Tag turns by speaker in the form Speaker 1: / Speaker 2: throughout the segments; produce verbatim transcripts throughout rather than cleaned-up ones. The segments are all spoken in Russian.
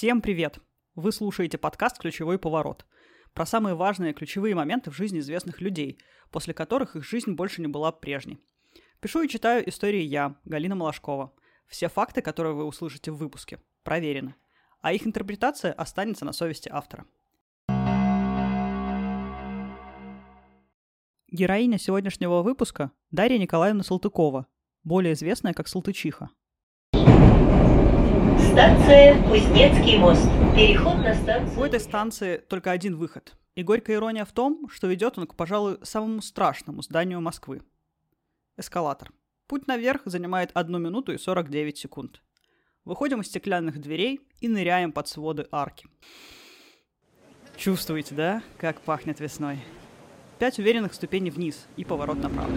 Speaker 1: Всем привет! Вы слушаете подкаст «Ключевой поворот» про самые важные ключевые моменты в жизни известных людей, после которых их жизнь больше не была прежней. Пишу и читаю истории я, Галина Малашкова. Все факты, которые вы услышите в выпуске, проверены, а их интерпретация останется на совести автора. Героиня сегодняшнего выпуска – Дарья Николаевна Салтыкова, более известная как Салтычиха.
Speaker 2: Станция Кузнецкий мост. Переход на станцию...
Speaker 1: У этой станции только один выход. И горькая ирония в том, что ведет он к, пожалуй, самому страшному зданию Москвы. Эскалатор. Путь наверх занимает одну минуту и сорок девять секунд. Выходим из стеклянных дверей и ныряем под своды арки. Чувствуете, да, как пахнет весной? Пять уверенных ступеней вниз и поворот направо.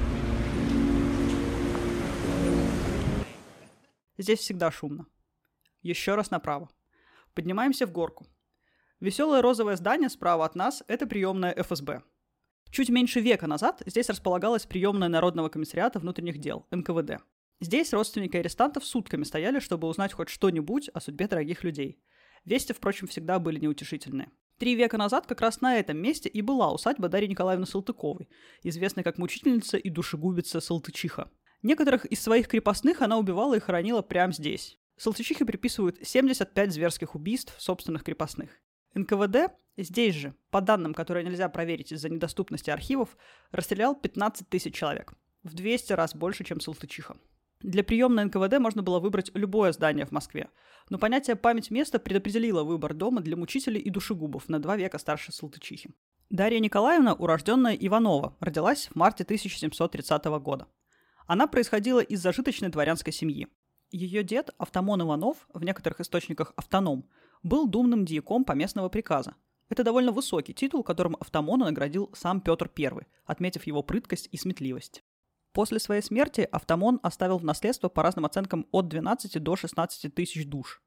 Speaker 1: Здесь всегда шумно. Еще раз направо. Поднимаемся в горку. Веселое розовое здание справа от нас – это приемная эф эс бэ. Чуть меньше века назад здесь располагалась приемная Народного комиссариата внутренних дел, эн ка вэ дэ. Здесь родственники арестантов сутками стояли, чтобы узнать хоть что-нибудь о судьбе дорогих людей. Вести, впрочем, всегда были неутешительные. Три века назад как раз на этом месте и была усадьба Дарьи Николаевны Салтыковой, известной как мучительница и душегубица Салтычиха. Некоторых из своих крепостных она убивала и хоронила прямо здесь. Салтычихе приписывают семьдесят пять зверских убийств собственных крепостных. эн ка вэ дэ здесь же, по данным, которые нельзя проверить из-за недоступности архивов, расстрелял пятнадцать тысяч человек. В двести раз больше, чем Салтычиха. Для приемной эн ка вэ дэ можно было выбрать любое здание в Москве, но понятие «память места» предопределило выбор дома для мучителей и душегубов на два века старше Салтычихи. Дарья Николаевна, урожденная Иванова, родилась в марте тысяча семьсот тридцатого года. Она происходила из зажиточной дворянской семьи. Ее дед, Автомон Иванов, в некоторых источниках автоном, был думным дьяком поместного приказа. Это довольно высокий титул, которым Автомона наградил сам Петр Первый, отметив его прыткость и сметливость. После своей смерти Автомон оставил в наследство по разным оценкам от двенадцати до шестнадцати тысяч душ.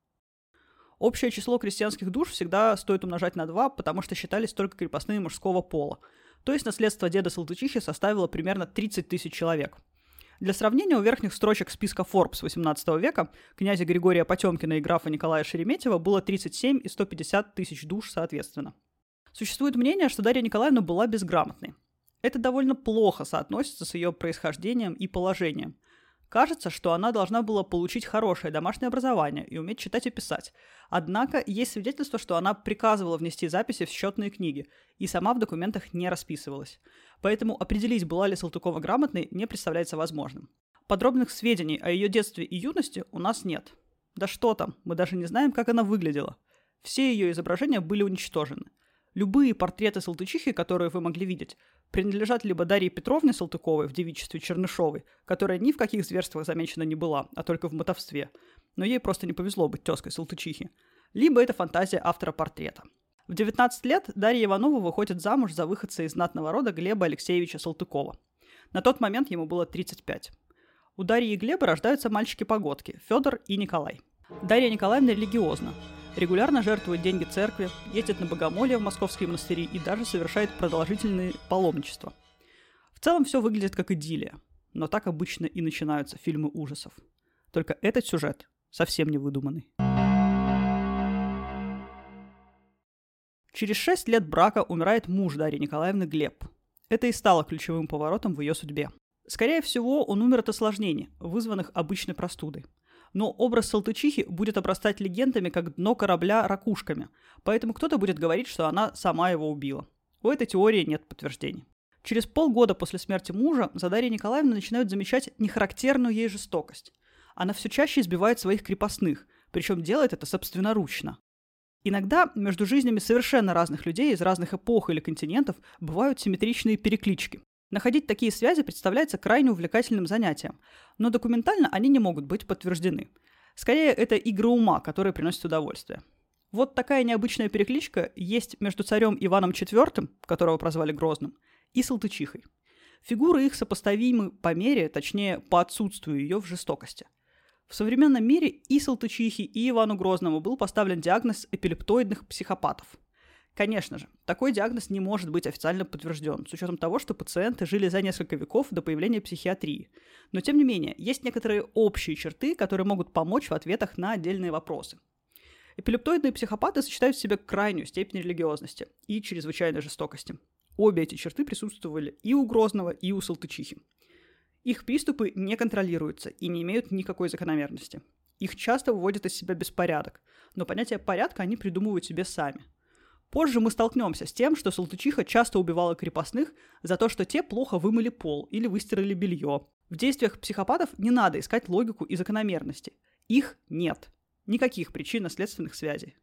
Speaker 1: Общее число крестьянских душ всегда стоит умножать на два, потому что считались только крепостные мужского пола. То есть наследство деда Салтычихи составило примерно тридцать тысяч человек. Для сравнения, у верхних строчек списка Forbes восемнадцатого века князя Григория Потемкина и графа Николая Шереметьева было тридцать семь и сто пятьдесят тысяч душ соответственно. Существует мнение, что Дарья Николаевна была безграмотной. Это довольно плохо соотносится с ее происхождением и положением. Кажется, что она должна была получить хорошее домашнее образование и уметь читать и писать. Однако есть свидетельство, что она приказывала внести записи в счетные книги и сама в документах не расписывалась. Поэтому определить, была ли Салтыкова грамотной, не представляется возможным. Подробных сведений о ее детстве и юности у нас нет. Да что там, мы даже не знаем, как она выглядела. Все ее изображения были уничтожены. Любые портреты Салтычихи, которые вы могли видеть, принадлежат либо Дарье Петровне Салтыковой в девичестве Чернышовой, которая ни в каких зверствах замечена не была, а только в мотовстве, но ей просто не повезло быть тезкой Салтычихи, либо это фантазия автора портрета. В девятнадцать лет Дарья Иванова выходит замуж за выходца из знатного рода Глеба Алексеевича Салтыкова. На тот момент ему было тридцать пять. У Дарьи и Глеба рождаются мальчики-погодки – Федор и Николай. Дарья Николаевна религиозна. Регулярно жертвует деньги церкви, ездит на богомолье в московские монастыри и даже совершает продолжительные паломничества. В целом все выглядит как идиллия, но так обычно и начинаются фильмы ужасов. Только этот сюжет совсем не выдуманный. Через шесть лет брака умирает муж Дарьи Николаевны Глеб. Это и стало ключевым поворотом в ее судьбе. Скорее всего, он умер от осложнений, вызванных обычной простудой. Но образ Салтычихи будет обрастать легендами, как дно корабля ракушками, поэтому кто-то будет говорить, что она сама его убила. У этой теории нет подтверждений. Через полгода после смерти мужа за Дарьей Николаевной начинают замечать нехарактерную ей жестокость. Она все чаще избивает своих крепостных, причем делает это собственноручно. Иногда между жизнями совершенно разных людей из разных эпох или континентов бывают симметричные переклички. Находить такие связи представляется крайне увлекательным занятием, но документально они не могут быть подтверждены. Скорее, это игры ума, которые приносят удовольствие. Вот такая необычная перекличка есть между царем Иваном четвёртым, которого прозвали Грозным, и Салтычихой. Фигуры их сопоставимы по мере, точнее, по отсутствию ее в жестокости. В современном мире и Салтычихе, и Ивану Грозному был поставлен диагноз эпилептоидных психопатов. Конечно же, такой диагноз не может быть официально подтвержден, с учетом того, что пациенты жили за несколько веков до появления психиатрии. Но, тем не менее, есть некоторые общие черты, которые могут помочь в ответах на отдельные вопросы. Эпилептоидные психопаты сочетают в себе крайнюю степень религиозности и чрезвычайной жестокости. Обе эти черты присутствовали и у Грозного, и у Салтычихи. Их приступы не контролируются и не имеют никакой закономерности. Их часто выводит из себя беспорядок, но понятие порядка они придумывают себе сами. Позже мы столкнемся с тем, что Салтычиха часто убивала крепостных за то, что те плохо вымыли пол или выстирали белье. В действиях психопатов не надо искать логику и закономерности. Их нет. Никаких причинно-следственных связей.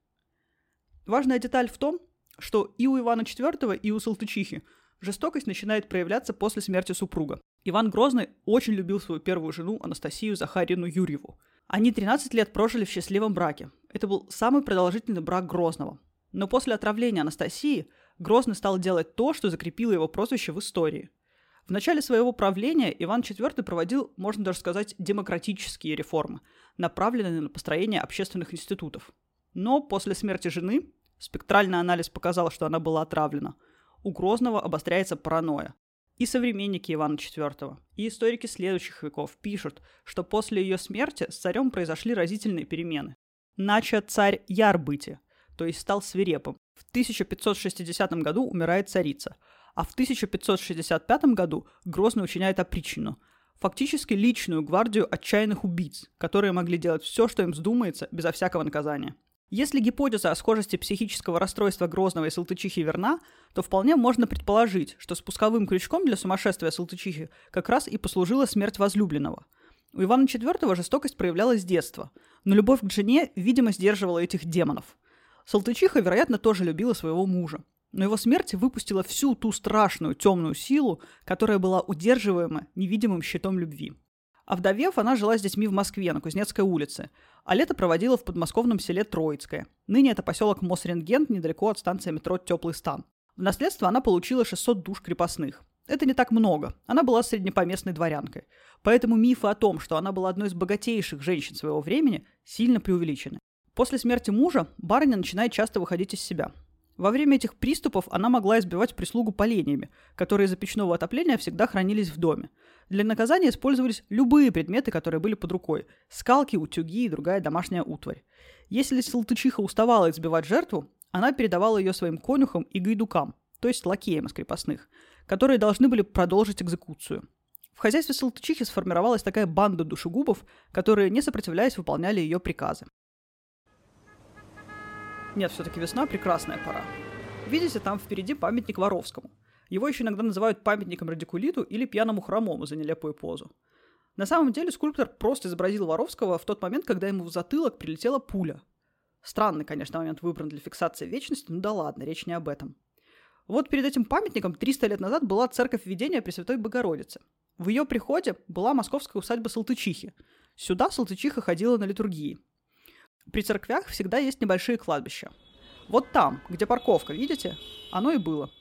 Speaker 1: Важная деталь в том, что и у Ивана четвёртого, и у Салтычихи жестокость начинает проявляться после смерти супруга. Иван Грозный очень любил свою первую жену Анастасию Захарьевну Юрьеву. Они тринадцать лет прожили в счастливом браке. Это был самый продолжительный брак Грозного. Но после отравления Анастасии Грозный стал делать то, что закрепило его прозвище в истории. В начале своего правления Иван четвёртый проводил, можно даже сказать, демократические реформы, направленные на построение общественных институтов. Но после смерти жены, спектральный анализ показал, что она была отравлена, у Грозного обостряется паранойя. И современники Ивана четвёртого, и историки следующих веков пишут, что после ее смерти с царем произошли разительные перемены. Начал царь яр быти, то есть стал свирепым. В тысяча пятьсот шестидесятом году умирает царица, а в тысяча пятьсот шестьдесят пятом году Грозный учиняет опричнину, фактически личную гвардию отчаянных убийц, которые могли делать все, что им вздумается, безо всякого наказания. Если гипотеза о схожести психического расстройства Грозного и Салтычихи верна, то вполне можно предположить, что спусковым крючком для сумасшествия Салтычихи как раз и послужила смерть возлюбленного. У Ивана четвёртого жестокость проявлялась с детства, но любовь к жене, видимо, сдерживала этих демонов. Салтычиха, вероятно, тоже любила своего мужа, но его смерть выпустила всю ту страшную темную силу, которая была удерживаема невидимым щитом любви. Овдовев, она жила с детьми в Москве на Кузнецкой улице, а лето проводила в подмосковном селе Троицкое. Ныне это поселок Мосрентген, недалеко от станции метро Теплый стан. В наследство она получила шестьсот душ крепостных. Это не так много, она была среднепоместной дворянкой. Поэтому мифы о том, что она была одной из богатейших женщин своего времени, сильно преувеличены. После смерти мужа барыня начинает часто выходить из себя. Во время этих приступов она могла избивать прислугу поленьями, которые из-за печного отопления всегда хранились в доме. Для наказания использовались любые предметы, которые были под рукой – скалки, утюги и другая домашняя утварь. Если Салтычиха уставала избивать жертву, она передавала ее своим конюхам и гайдукам, то есть лакеям из крепостных, которые должны были продолжить экзекуцию. В хозяйстве Салтычихи сформировалась такая банда душегубов, которые, не сопротивляясь, выполняли ее приказы. Нет, все-таки весна – прекрасная пора. Видите, там впереди памятник Воровскому. Его еще иногда называют памятником радикулиту или пьяному хромому за нелепую позу. На самом деле скульптор просто изобразил Воровского в тот момент, когда ему в затылок прилетела пуля. Странный, конечно, момент выбран для фиксации вечности, но да ладно, речь не об этом. Вот перед этим памятником триста лет назад была церковь Видения Пресвятой Богородицы. В ее приходе была московская усадьба Салтычихи. Сюда Салтычиха ходила на литургии. При церквях всегда есть небольшие кладбища. Вот там, где парковка, видите? Оно и было.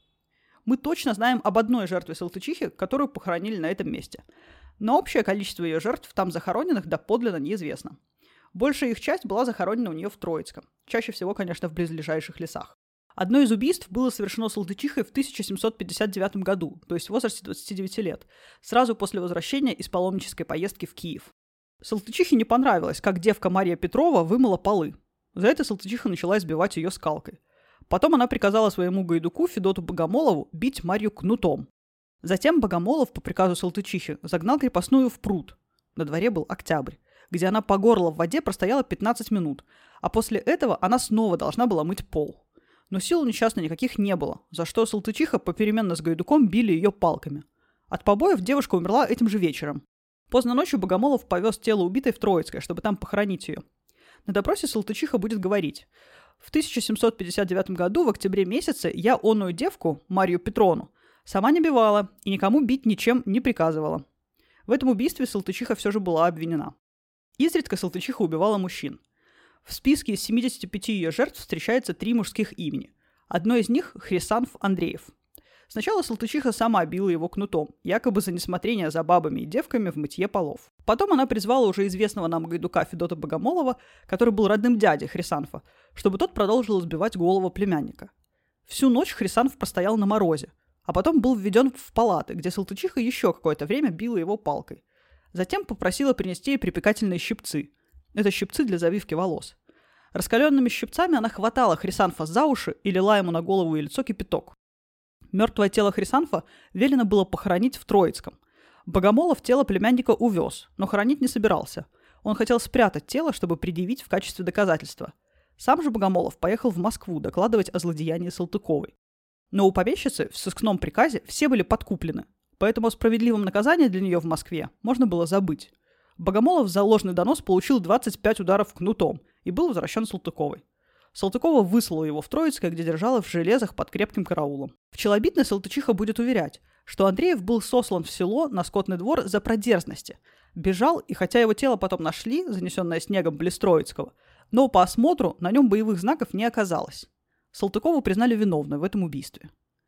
Speaker 1: Мы точно знаем об одной жертве Салтычихи, которую похоронили на этом месте. Но общее количество ее жертв там захороненных доподлинно неизвестно. Большая их часть была захоронена у нее в Троицком. Чаще всего, конечно, в близлежащих лесах. Одно из убийств было совершено Салтычихой в тысяча семьсот пятьдесят девятом году, то есть в возрасте двадцати девяти лет, сразу после возвращения из паломнической поездки в Киев. Салтычихе не понравилось, как девка Мария Петрова вымыла полы. За это Салтычиха начала избивать ее скалкой. Потом она приказала своему гайдуку Федоту Богомолову бить Марью кнутом. Затем Богомолов по приказу Салтычихи загнал крепостную в пруд. На дворе был октябрь, где она по горло в воде простояла пятнадцать минут, а после этого она снова должна была мыть пол. Но сил у несчастной никаких не было, за что Салтычиха попеременно с гайдуком били ее палками. От побоев девушка умерла этим же вечером. Поздно ночью Богомолов повез тело убитой в Троицкое, чтобы там похоронить ее. На допросе Салтычиха будет говорить: «В тысяча семьсот пятьдесят девятом году в октябре месяце я оную девку, Марью Петрону, сама не бивала и никому бить ничем не приказывала». В этом убийстве Салтычиха все же была обвинена. Изредка Салтычиха убивала мужчин. В списке из семидесяти пяти ее жертв встречается три мужских имени. Одно из них – Хрисанф Андреев. Сначала Салтычиха сама била его кнутом, якобы за несмотрение за бабами и девками в мытье полов. Потом она призвала уже известного нам гайдука Федота Богомолова, который был родным дядей Хрисанфа, чтобы тот продолжил избивать голого племянника. Всю ночь Хрисанф простоял на морозе, а потом был введен в палаты, где Салтычиха еще какое-то время била его палкой. Затем попросила принести ей припекательные щипцы. Это щипцы для завивки волос. Раскаленными щипцами она хватала Хрисанфа за уши и лила ему на голову и лицо кипяток. Мертвое тело Хрисанфа велено было похоронить в Троицком. Богомолов тело племянника увез, но хоронить не собирался. Он хотел спрятать тело, чтобы предъявить в качестве доказательства. Сам же Богомолов поехал в Москву докладывать о злодеянии Салтыковой. Но у помещицы в сыскном приказе все были подкуплены, поэтому о справедливом наказании для нее в Москве можно было забыть. Богомолов за ложный донос получил двадцать пять ударов кнутом и был возвращен Салтыковой. Салтыкова выслала его в Троицкое, где держала в железах под крепким караулом. В челобитной Салтычиха будет уверять, что Андреев был сослан в село на скотный двор за продерзности. Бежал, и хотя его тело потом нашли, занесенное снегом близ Троицкого, но по осмотру на нем боевых знаков не оказалось. Салтыкову признали виновной в этом убийстве.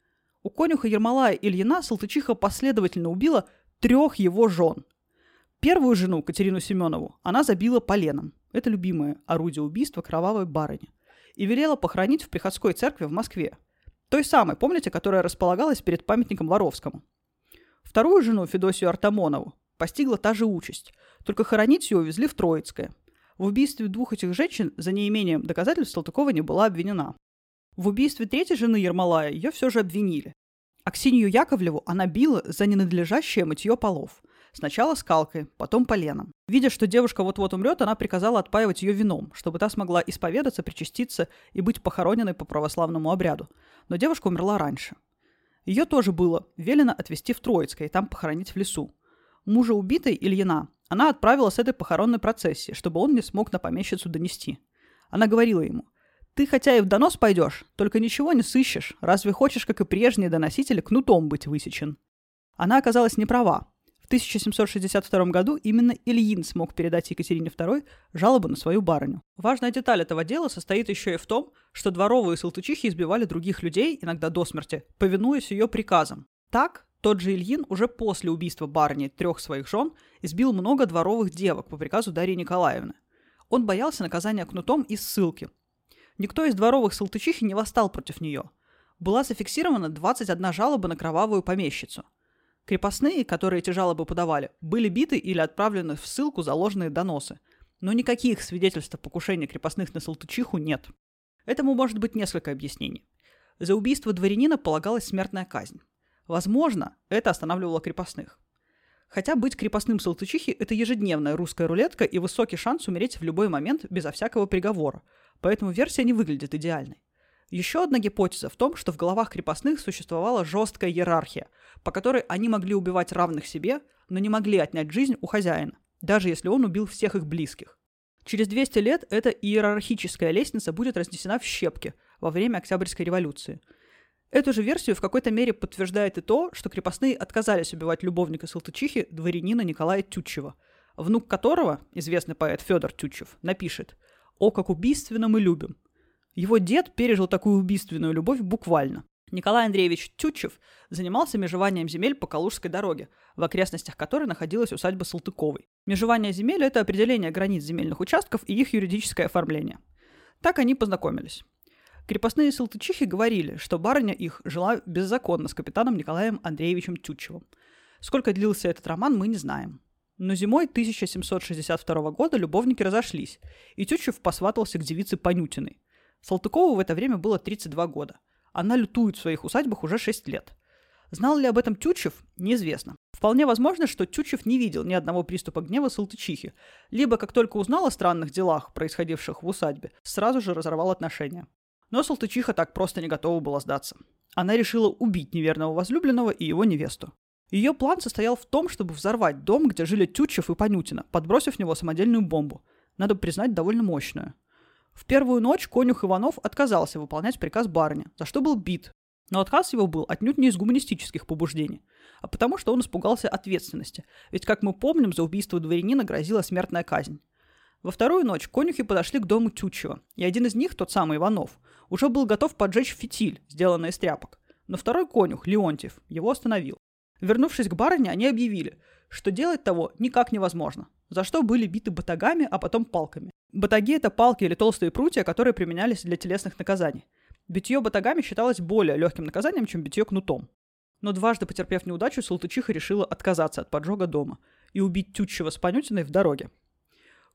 Speaker 1: У конюха Ермолая Ильина Салтычиха последовательно убила трех его жен. Первую жену, Катерину Семенову, она забила поленом. Это любимое орудие убийства кровавой барыни. И велела похоронить в приходской церкви в Москве. Той самой, помните, которая располагалась перед памятником Воровскому. Вторую жену, Федосию Артамонову, постигла та же участь, только хоронить ее увезли в Троицкое. В убийстве двух этих женщин за неимением доказательств Салтыкова не была обвинена. В убийстве третьей жены Ермолая ее все же обвинили. Аксинью Яковлеву она била за ненадлежащее мытье полов. Сначала скалкой, потом поленом. Видя, что девушка вот-вот умрет, она приказала отпаивать ее вином, чтобы та смогла исповедаться, причаститься и быть похороненной по православному обряду. Но девушка умерла раньше. Ее тоже было велено отвезти в Троицкое и там похоронить в лесу. Мужа убитой, Ильина, она отправила с этой похоронной процессии, чтобы он не смог на помещицу донести. Она говорила ему: «Ты хотя и в донос пойдешь, только ничего не сыщешь, разве хочешь, как и прежние доносители, кнутом быть высечен?» Она оказалась неправа. В тысяча семьсот шестьдесят втором году именно Ильин смог передать Екатерине второй жалобу на свою барыню. Важная деталь этого дела состоит еще и в том, что дворовые салтычихи избивали других людей, иногда до смерти, повинуясь ее приказам. Так, тот же Ильин уже после убийства барыни трех своих жен избил много дворовых девок по приказу Дарьи Николаевны. Он боялся наказания кнутом и ссылки. Никто из дворовых салтычихи не восстал против нее. Была зафиксирована двадцать одна жалоба на кровавую помещицу. Крепостные, которые эти жалобы подавали, были биты или отправлены в ссылку за ложные доносы. Но никаких свидетельств о покушении крепостных на Салтычиху нет. Этому может быть несколько объяснений. За убийство дворянина полагалась смертная казнь. Возможно, это останавливало крепостных. Хотя быть крепостным Салтычихи – это ежедневная русская рулетка и высокий шанс умереть в любой момент безо всякого приговора, поэтому версия не выглядит идеальной. Еще одна гипотеза в том, что в головах крепостных существовала жесткая иерархия, по которой они могли убивать равных себе, но не могли отнять жизнь у хозяина, даже если он убил всех их близких. Через двести лет эта иерархическая лестница будет разнесена в щепки во время Октябрьской революции. Эту же версию в какой-то мере подтверждает и то, что крепостные отказались убивать любовника Салтычихи, дворянина Николая Тютчева, внук которого, известный поэт Федор Тютчев, напишет: «О, как убийственно мы любим». Его дед пережил такую убийственную любовь буквально. Николай Андреевич Тютчев занимался межеванием земель по Калужской дороге, в окрестностях которой находилась усадьба Салтыковой. Межевание земель – это определение границ земельных участков и их юридическое оформление. Так они познакомились. Крепостные салтычихи говорили, что барыня их жила беззаконно с капитаном Николаем Андреевичем Тютчевым. Сколько длился этот роман, мы не знаем. Но зимой тысяча семьсот шестьдесят второго года любовники разошлись, и Тютчев посватался к девице Панютиной. Салтыкову в это время было тридцать два года. Она лютует в своих усадьбах уже шесть лет. Знал ли об этом Тютчев, неизвестно. Вполне возможно, что Тютчев не видел ни одного приступа гнева Салтычихи, либо, как только узнал о странных делах, происходивших в усадьбе, сразу же разорвал отношения. Но Салтычиха так просто не готова была сдаться. Она решила убить неверного возлюбленного и его невесту. Ее план состоял в том, чтобы взорвать дом, где жили Тютчев и Панютина, подбросив в него самодельную бомбу. Надо признать, довольно мощную. В первую ночь конюх Иванов отказался выполнять приказ барыни, за что был бит. Но отказ его был отнюдь не из гуманистических побуждений, а потому что он испугался ответственности, ведь, как мы помним, за убийство дворянина грозила смертная казнь. Во вторую ночь конюхи подошли к дому Тютчева, и один из них, тот самый Иванов, уже был готов поджечь фитиль, сделанный из тряпок. Но второй конюх, Леонтьев, его остановил. Вернувшись к барыне, они объявили, что делать того никак невозможно, за что были биты батагами, а потом палками. Батаги – это палки или толстые прутья, которые применялись для телесных наказаний. Битье батагами считалось более легким наказанием, чем битье кнутом. Но дважды потерпев неудачу, Салтычиха решила отказаться от поджога дома и убить Тютчева с Панютиной в дороге.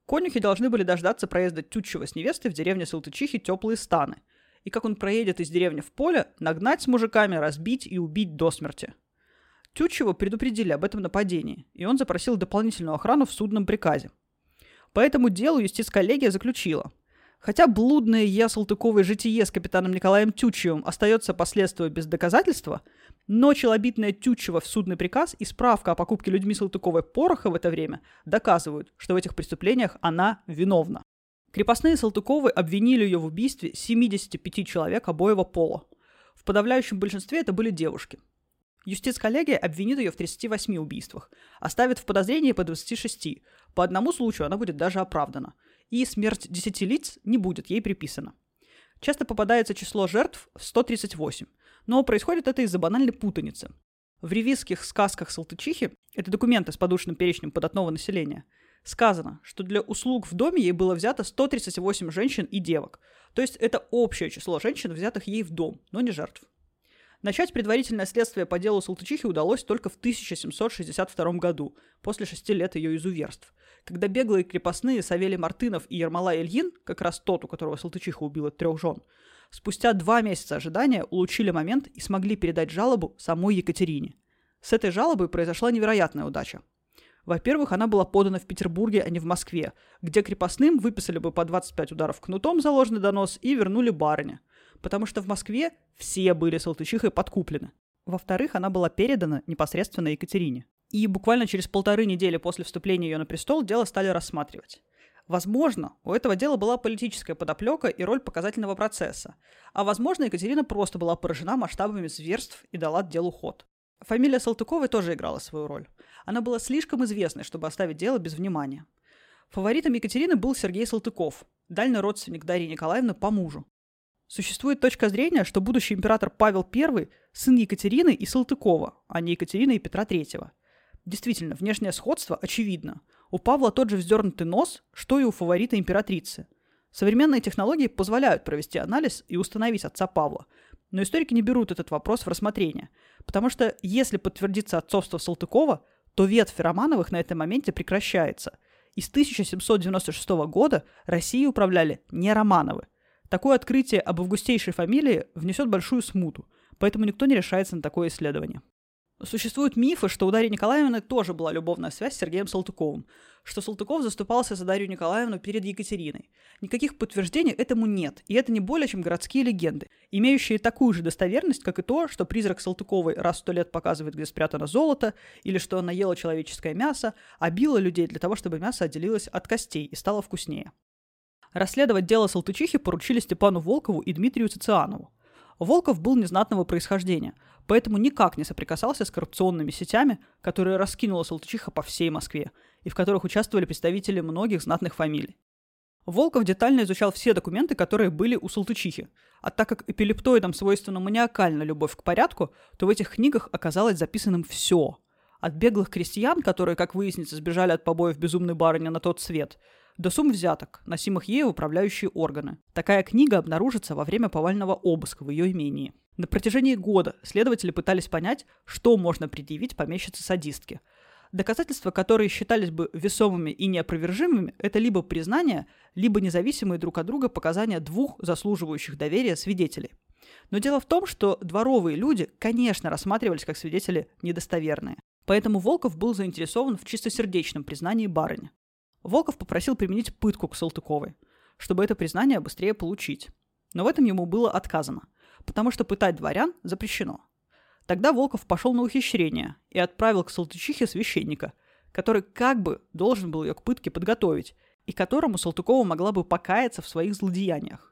Speaker 1: Конюхи должны были дождаться проезда Тютчева с невестой в деревне Салтычихи Теплые Станы. И как он проедет из деревни в поле, нагнать с мужиками, разбить и убить до смерти. Тютчева предупредили об этом нападении, и он запросил дополнительную охрану в судном приказе. По этому делу юстиц-коллегия заключила: хотя блудное Я Салтыковой житие с капитаном Николаем Тютчевым остается последствием без доказательства, но челобитное Тютчева в судный приказ и справка о покупке людьми Салтыковой пороха в это время доказывают, что в этих преступлениях она виновна. Крепостные Салтыковой обвинили ее в убийстве семидесяти пяти человек обоего пола. В подавляющем большинстве это были девушки. Юстиц-коллегия обвинит ее в тридцати восьми убийствах, оставит в подозрении по двадцати шести. По одному случаю она будет даже оправдана. И смерть десяти лиц не будет ей приписана. Часто попадается число жертв в сто тридцать восемь, но происходит это из-за банальной путаницы. В ревизских сказках Салтычихи, это документы с подушным перечнем податного населения, сказано, что для услуг в доме ей было взято сто тридцать восемь женщин и девок. То есть это общее число женщин, взятых ей в дом, но не жертв. Начать предварительное следствие по делу Салтычихи удалось только в тысяча семьсот шестьдесят втором году, после шести лет ее изуверств, когда беглые крепостные Савелий Мартынов и Ермолай Ильин, как раз тот, у которого Салтычиха убила трех жен, спустя два месяца ожидания улучили момент и смогли передать жалобу самой Екатерине. С этой жалобой произошла невероятная удача. Во-первых, она была подана в Петербурге, а не в Москве, где крепостным выписали бы по двадцать пять ударов кнутом за ложный донос и вернули барыне, потому что в Москве все были Салтычихой подкуплены. Во-вторых, она была передана непосредственно Екатерине. И буквально через полторы недели после вступления ее на престол дело стали рассматривать. Возможно, у этого дела была политическая подоплека и роль показательного процесса, а возможно, Екатерина просто была поражена масштабами зверств и дала делу ход. Фамилия Салтыковой тоже играла свою роль. Она была слишком известной, чтобы оставить дело без внимания. Фаворитом Екатерины был Сергей Салтыков, дальний родственник Дарьи Николаевны по мужу. Существует точка зрения, что будущий император Павел Первый – сын Екатерины и Салтыкова, а не Екатерины и Петра Третьего. Действительно, внешнее сходство очевидно. У Павла тот же вздернутый нос, что и у фаворита императрицы. Современные технологии позволяют провести анализ и установить отца Павла, но историки не берут этот вопрос в рассмотрение, потому что если подтвердится отцовство Салтыкова, то ветвь Романовых на этом моменте прекращается, и с тысяча семьсот девяносто шестого года Россией управляли не Романовы. Такое открытие об августейшей фамилии внесет большую смуту, поэтому никто не решается на такое исследование. Существуют мифы, что у Дарьи Николаевны тоже была любовная связь с Сергеем Салтыковым, что Салтыков заступался за Дарью Николаевну перед Екатериной. Никаких подтверждений этому нет, и это не более чем городские легенды, имеющие такую же достоверность, как и то, что призрак Салтыковой раз в сто лет показывает, где спрятано золото, или что она ела человеческое мясо, а била людей для того, чтобы мясо отделилось от костей и стало вкуснее. Расследовать дело Салтычихи поручили Степану Волкову и Дмитрию Цицианову. Волков был незнатного происхождения, поэтому никак не соприкасался с коррупционными сетями, которые раскинула Салтычиха по всей Москве, и в которых участвовали представители многих знатных фамилий. Волков детально изучал все документы, которые были у Салтычихи, а так как эпилептоидам свойственна маниакальная любовь к порядку, то в этих книгах оказалось записанным все. От беглых крестьян, которые, как выяснится, сбежали от побоев безумной барыни на тот свет, до сумм взяток, носимых ею в управляющие органы. Такая книга обнаружится во время повального обыска в ее имении. На протяжении года следователи пытались понять, что можно предъявить помещице-садистке. Доказательства, которые считались бы весомыми и неопровержимыми, это либо признание, либо независимые друг от друга показания двух заслуживающих доверия свидетелей. Но дело в том, что дворовые люди, конечно, рассматривались как свидетели недостоверные. Поэтому Волков был заинтересован в чистосердечном признании барыни. Волков попросил применить пытку к Салтыковой, чтобы это признание быстрее получить. Но в этом ему было отказано, потому что пытать дворян запрещено. Тогда Волков пошел на ухищрение и отправил к Салтычихе священника, который как бы должен был ее к пытке подготовить, и которому Салтыкова могла бы покаяться в своих злодеяниях.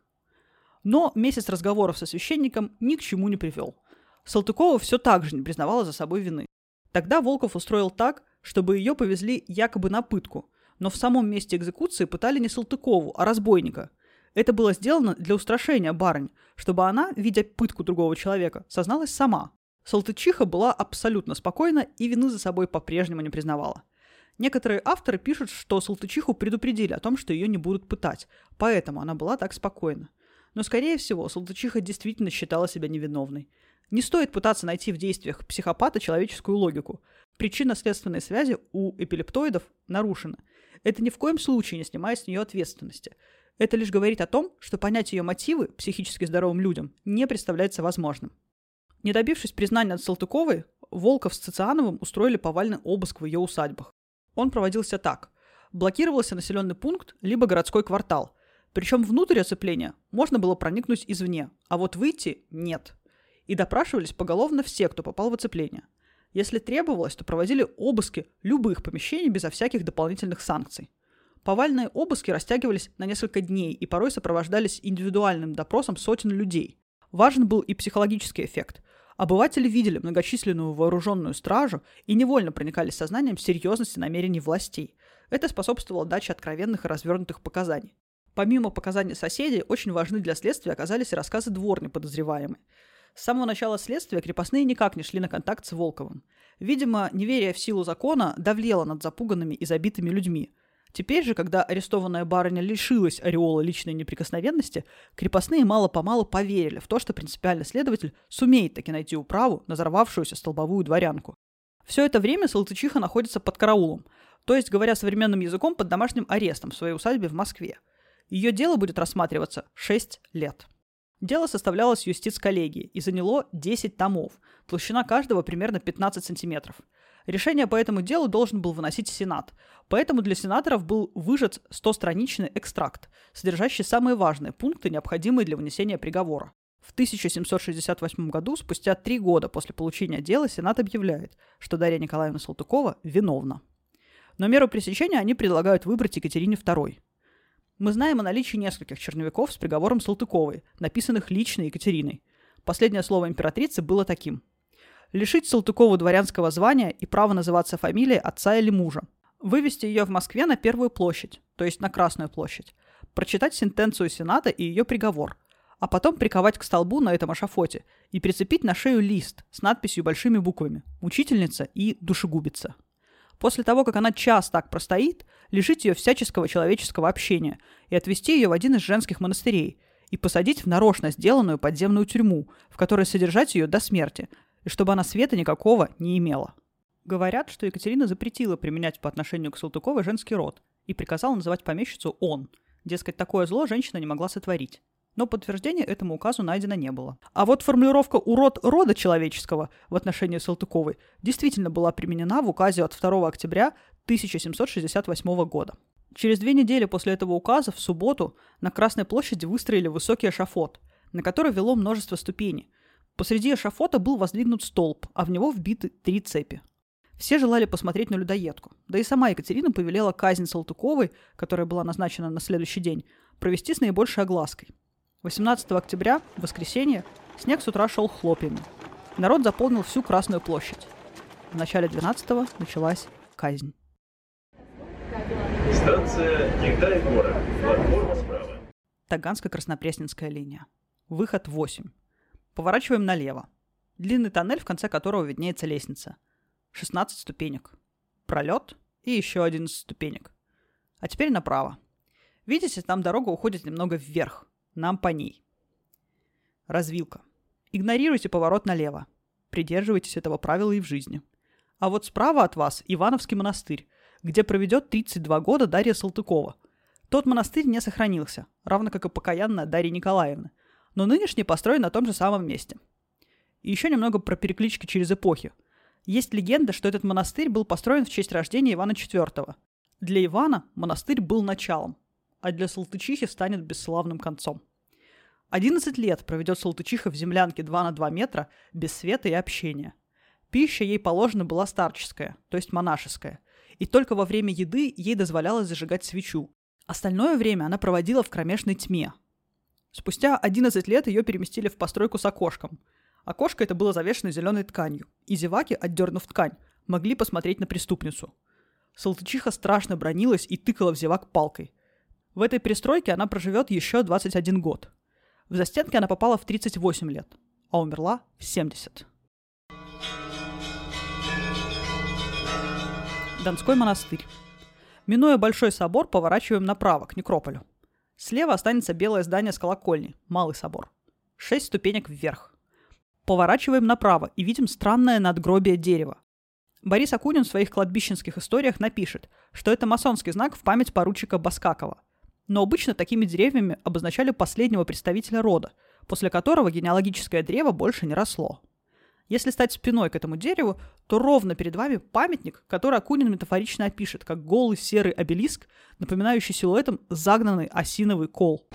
Speaker 1: Но месяц разговоров со священником ни к чему не привел. Салтыкова все так же не признавала за собой вины. Тогда Волков устроил так, чтобы ее повезли якобы на пытку, но в самом месте экзекуции пытали не Салтыкову, а разбойника. Это было сделано для устрашения барынь, чтобы она, видя пытку другого человека, созналась сама. Салтычиха была абсолютно спокойна и вины за собой по-прежнему не признавала. Некоторые авторы пишут, что Салтычиху предупредили о том, что ее не будут пытать, поэтому она была так спокойна. Но, скорее всего, Салтычиха действительно считала себя невиновной. Не стоит пытаться найти в действиях психопата человеческую логику. Причинно-следственные связи у эпилептоидов нарушены. Это ни в коем случае не снимает с нее ответственности. Это лишь говорит о том, что понять ее мотивы психически здоровым людям не представляется возможным. Не добившись признания от Салтыковой, Волков с Цициановым устроили повальный обыск в ее усадьбах. Он проводился так. Блокировался населенный пункт либо городской квартал. Причем внутрь оцепления можно было проникнуть извне, а вот выйти – нет. И допрашивались поголовно все, кто попал в оцепление. Если требовалось, то проводили обыски любых помещений безо всяких дополнительных санкций. Повальные обыски растягивались на несколько дней и порой сопровождались индивидуальным допросом сотен людей. Важен был и психологический эффект. Обыватели видели многочисленную вооруженную стражу и невольно проникались сознанием серьезности намерений властей. Это способствовало даче откровенных и развернутых показаний. Помимо показаний соседей, очень важны для следствия оказались и рассказы дворни подозреваемой. С самого начала следствия крепостные никак не шли на контакт с Волковым. Видимо, неверие в силу закона давлело над запуганными и забитыми людьми. Теперь же, когда арестованная барыня лишилась ореола личной неприкосновенности, крепостные мало-помалу поверили в то, что принципиальный следователь сумеет таки найти управу на взорвавшуюся столбовую дворянку. Все это время Салтычиха находится под караулом, то есть, говоря современным языком, под домашним арестом в своей усадьбе в Москве. Ее дело будет рассматриваться шесть лет. Дело составлялось юстиц-коллегией и заняло десять томов, толщина каждого примерно пятнадцать сантиметров. Решение по этому делу должен был выносить Сенат, поэтому для сенаторов был выжат стостраничный экстракт, содержащий самые важные пункты, необходимые для вынесения приговора. В тысяча семьсот шестьдесят восьмом году, спустя три года после получения дела, Сенат объявляет, что Дарья Николаевна Салтыкова виновна. Но меру пресечения они предлагают выбрать Екатерине второй. Мы знаем о наличии нескольких черновиков с приговором Салтыковой, написанных лично Екатериной. Последнее слово императрицы было таким: лишить Салтыкову дворянского звания и права называться фамилией отца или мужа, вывести ее в Москве на Первую площадь, то есть на Красную площадь, прочитать сентенцию Сената и ее приговор, а потом приковать к столбу на этом эшафоте и прицепить на шею лист с надписью большими буквами «Мучительница» и «Душегубица». После того, как она час так простоит, лишить ее всяческого человеческого общения и отвезти ее в один из женских монастырей и посадить в нарочно сделанную подземную тюрьму, в которой содержать ее до смерти, и чтобы она света никакого не имела. Говорят, что Екатерина запретила применять по отношению к Салтыковой женский род и приказала называть помещицу «он». Дескать, такое зло женщина не могла сотворить. Но подтверждения этому указу найдено не было. А вот формулировка «урод рода человеческого» в отношении Салтыковой действительно была применена в указе от второго октября тысяча семьсот шестьдесят восьмого года. Через две недели после этого указа в субботу на Красной площади выстроили высокий эшафот, на который вело множество ступеней. Посреди эшафота был воздвигнут столб, а в него вбиты три цепи. Все желали посмотреть на людоедку. Да и сама Екатерина повелела казнь Салтыковой, которая была назначена на следующий день, провести с наибольшей оглаской. восемнадцатого октября, в воскресенье, снег с утра шел хлопьями. Народ заполнил всю Красную площадь. В начале двенадцатого началась казнь.
Speaker 3: Станция Китай-город. Платформа справа.
Speaker 1: Таганско-Краснопресненская линия. Выход восемь. Поворачиваем налево. Длинный тоннель, в конце которого виднеется лестница. шестнадцать ступенек. Пролет и еще одиннадцать ступенек. А теперь направо. Видите, там дорога уходит немного вверх. Нам по ней. Развилка. Игнорируйте поворот налево. Придерживайтесь этого правила и в жизни. А вот справа от вас Ивановский монастырь, где проведет тридцать два года Дарья Салтыкова. Тот монастырь не сохранился, равно как и покаянная Дарья Николаевна, но нынешний построен на том же самом месте. И еще немного про переклички через эпохи. Есть легенда, что этот монастырь был построен в честь рождения Ивана четвёртого. Для Ивана монастырь был началом, а для Салтычихи станет бесславным концом. одиннадцать лет проведет Салтычиха в землянке два на два метра без света и общения. Пища ей положена была старческая, то есть монашеская, и только во время еды ей дозволялось зажигать свечу. Остальное время она проводила в кромешной тьме. Спустя одиннадцать лет ее переместили в постройку с окошком. Окошко это было завешено зеленой тканью, и зеваки, отдернув ткань, могли посмотреть на преступницу. Салтычиха страшно бранилась и тыкала в зевак палкой. В этой пристройке она проживет еще двадцать один год. В застенки она попала в тридцать восемь лет, а умерла в семьдесят. Донской монастырь. Минуя Большой собор, поворачиваем направо, к некрополю. Слева останется белое здание с колокольней, Малый собор. Шесть ступенек вверх. Поворачиваем направо и видим странное надгробие дерева. Борис Акунин в своих кладбищенских историях напишет, что это масонский знак в память поручика Баскакова. Но обычно такими деревьями обозначали последнего представителя рода, после которого генеалогическое древо больше не росло. Если стать спиной к этому дереву, то ровно перед вами памятник, который Акунин метафорично опишет, как голый серый обелиск, напоминающий силуэтом загнанный осиновый кол.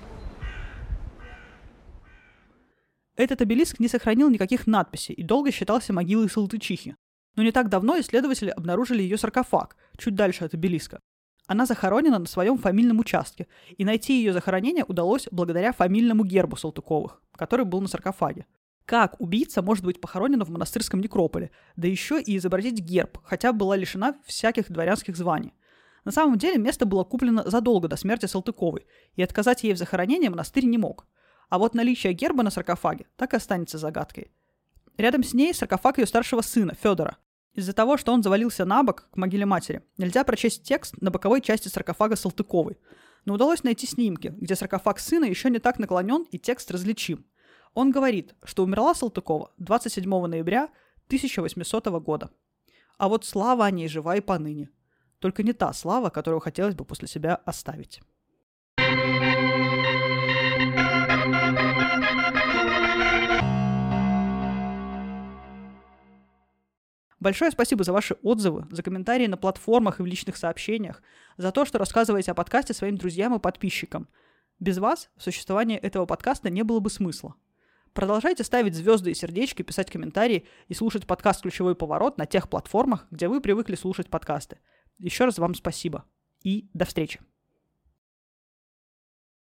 Speaker 1: Этот обелиск не сохранил никаких надписей и долго считался могилой Салтычихи. Но не так давно исследователи обнаружили ее саркофаг, чуть дальше от обелиска. Она захоронена на своем фамильном участке, и найти ее захоронение удалось благодаря фамильному гербу Салтыковых, который был на саркофаге. Как убийца может быть похоронена в монастырском некрополе, да еще и изобразить герб, хотя была лишена всяких дворянских званий? На самом деле место было куплено задолго до смерти Салтыковой, и отказать ей в захоронении монастырь не мог. А вот наличие герба на саркофаге так и останется загадкой. Рядом с ней саркофаг ее старшего сына, Федора. Из-за того, что он завалился на бок к могиле матери, нельзя прочесть текст на боковой части саркофага Салтыковой. Но удалось найти снимки, где саркофаг сына еще не так наклонен и текст различим. Он говорит, что умерла Салтыкова двадцать седьмого ноября тысяча восьмисотого года. А вот слава о ней жива и поныне. Только не та слава, которую хотелось бы после себя оставить. Большое спасибо за ваши отзывы, за комментарии на платформах и в личных сообщениях, за то, что рассказываете о подкасте своим друзьям и подписчикам. Без вас существование этого подкаста не было бы смысла. Продолжайте ставить звезды и сердечки, писать комментарии и слушать подкаст «Ключевой поворот» на тех платформах, где вы привыкли слушать подкасты. Еще раз вам спасибо и до встречи.